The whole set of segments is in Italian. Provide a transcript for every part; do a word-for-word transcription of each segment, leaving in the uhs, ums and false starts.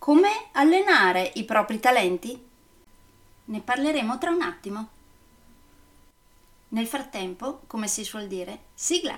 Come allenare i propri talenti? Ne parleremo tra un attimo. Nel frattempo, come si suol dire, sigla!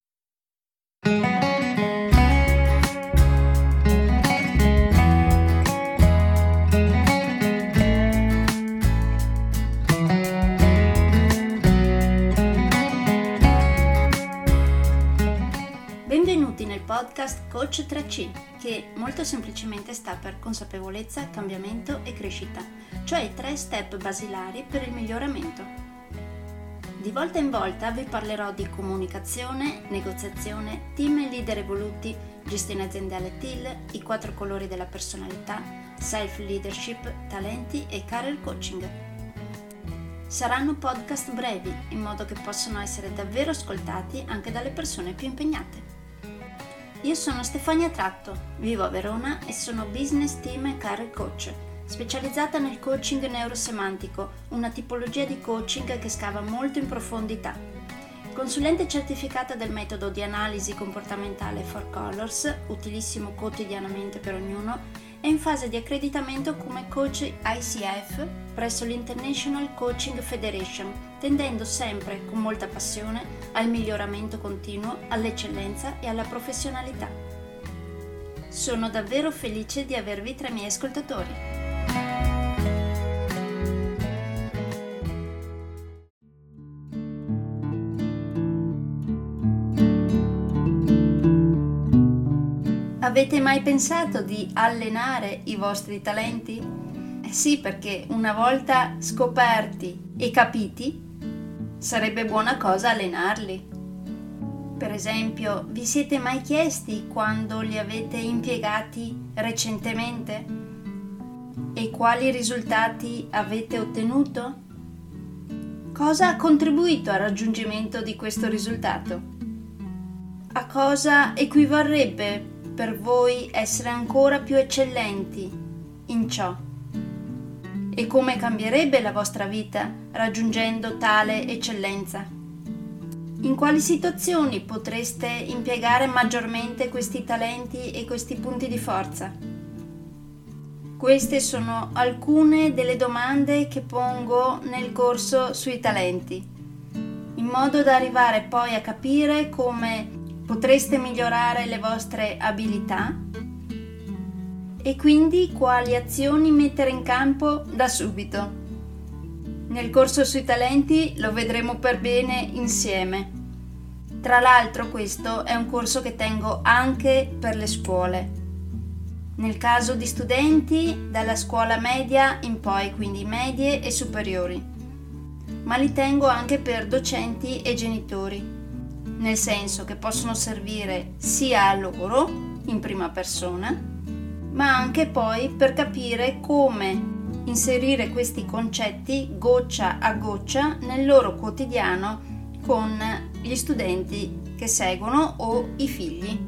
Benvenuti nel podcast Coach tre C, che molto semplicemente sta per consapevolezza, cambiamento e crescita, cioè i tre step basilari per il miglioramento. Di volta in volta vi parlerò di comunicazione, negoziazione, team e leader evoluti, gestione aziendale T I L, i quattro colori della personalità, self-leadership, talenti e career coaching. Saranno podcast brevi, in modo che possano essere davvero ascoltati anche dalle persone più impegnate. Io sono Stefania Tratto, vivo a Verona e sono Business Team e Career Coach, specializzata nel coaching neurosemantico, una tipologia di coaching che scava molto in profondità. Consulente certificata del metodo di analisi comportamentale Four Colors, utilissimo quotidianamente per ognuno, è in fase di accreditamento come coach I C F presso l'International Coaching Federation, tendendo sempre con molta passione al miglioramento continuo, all'eccellenza e alla professionalità. Sono davvero felice di avervi tra i miei ascoltatori. Avete mai pensato di allenare i vostri talenti? Eh sì, perché una volta scoperti e capiti, sarebbe buona cosa allenarli. Per esempio, vi siete mai chiesti quando li avete impiegati recentemente? E quali risultati avete ottenuto? Cosa ha contribuito al raggiungimento di questo risultato? A cosa equivarrebbe per voi essere ancora più eccellenti in ciò? E come cambierebbe la vostra vita raggiungendo tale eccellenza? In quali situazioni potreste impiegare maggiormente questi talenti e questi punti di forza? Queste sono alcune delle domande che pongo nel corso sui talenti, in modo da arrivare poi a capire come potreste migliorare le vostre abilità e quindi quali azioni mettere in campo da subito. Nel corso sui talenti lo vedremo per bene insieme. Tra l'altro questo è un corso che tengo anche per le scuole. Nel caso di studenti dalla scuola media in poi, quindi medie e superiori, ma li tengo anche per docenti e genitori, nel senso che possono servire sia a loro in prima persona, ma anche poi per capire come inserire questi concetti goccia a goccia nel loro quotidiano con gli studenti che seguono o i figli.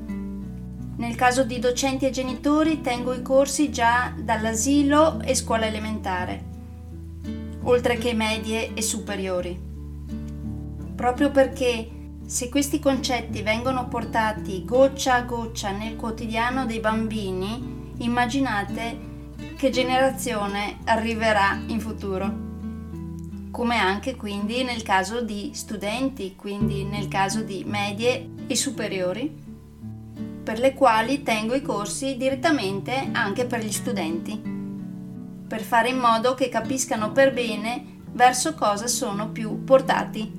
Nel caso di docenti e genitori tengo i corsi già dall'asilo e scuola elementare, oltre che medie e superiori, proprio perché se questi concetti vengono portati goccia a goccia nel quotidiano dei bambini, immaginate che generazione arriverà in futuro. Come anche quindi nel caso di studenti, quindi nel caso di medie e superiori, per le quali tengo i corsi direttamente anche per gli studenti, per fare in modo che capiscano per bene verso cosa sono più portati.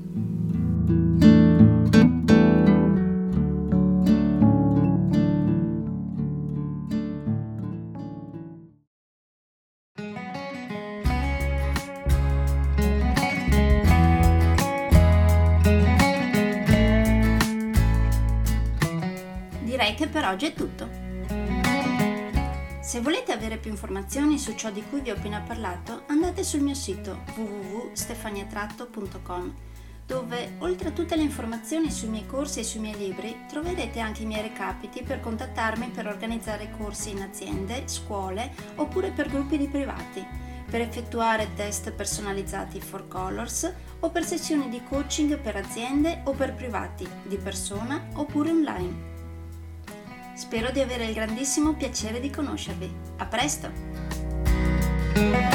Direi che per oggi è tutto. Se volete avere più informazioni su ciò di cui vi ho appena parlato, andate sul mio sito w w w punto stefania tratto punto com, dove oltre a tutte le informazioni sui miei corsi e sui miei libri troverete anche i miei recapiti per contattarmi per organizzare corsi in aziende, scuole oppure per gruppi di privati, per effettuare test personalizzati Four Colors o per sessioni di coaching per aziende o per privati, di persona oppure online. Spero di avere il grandissimo piacere di conoscervi. A presto!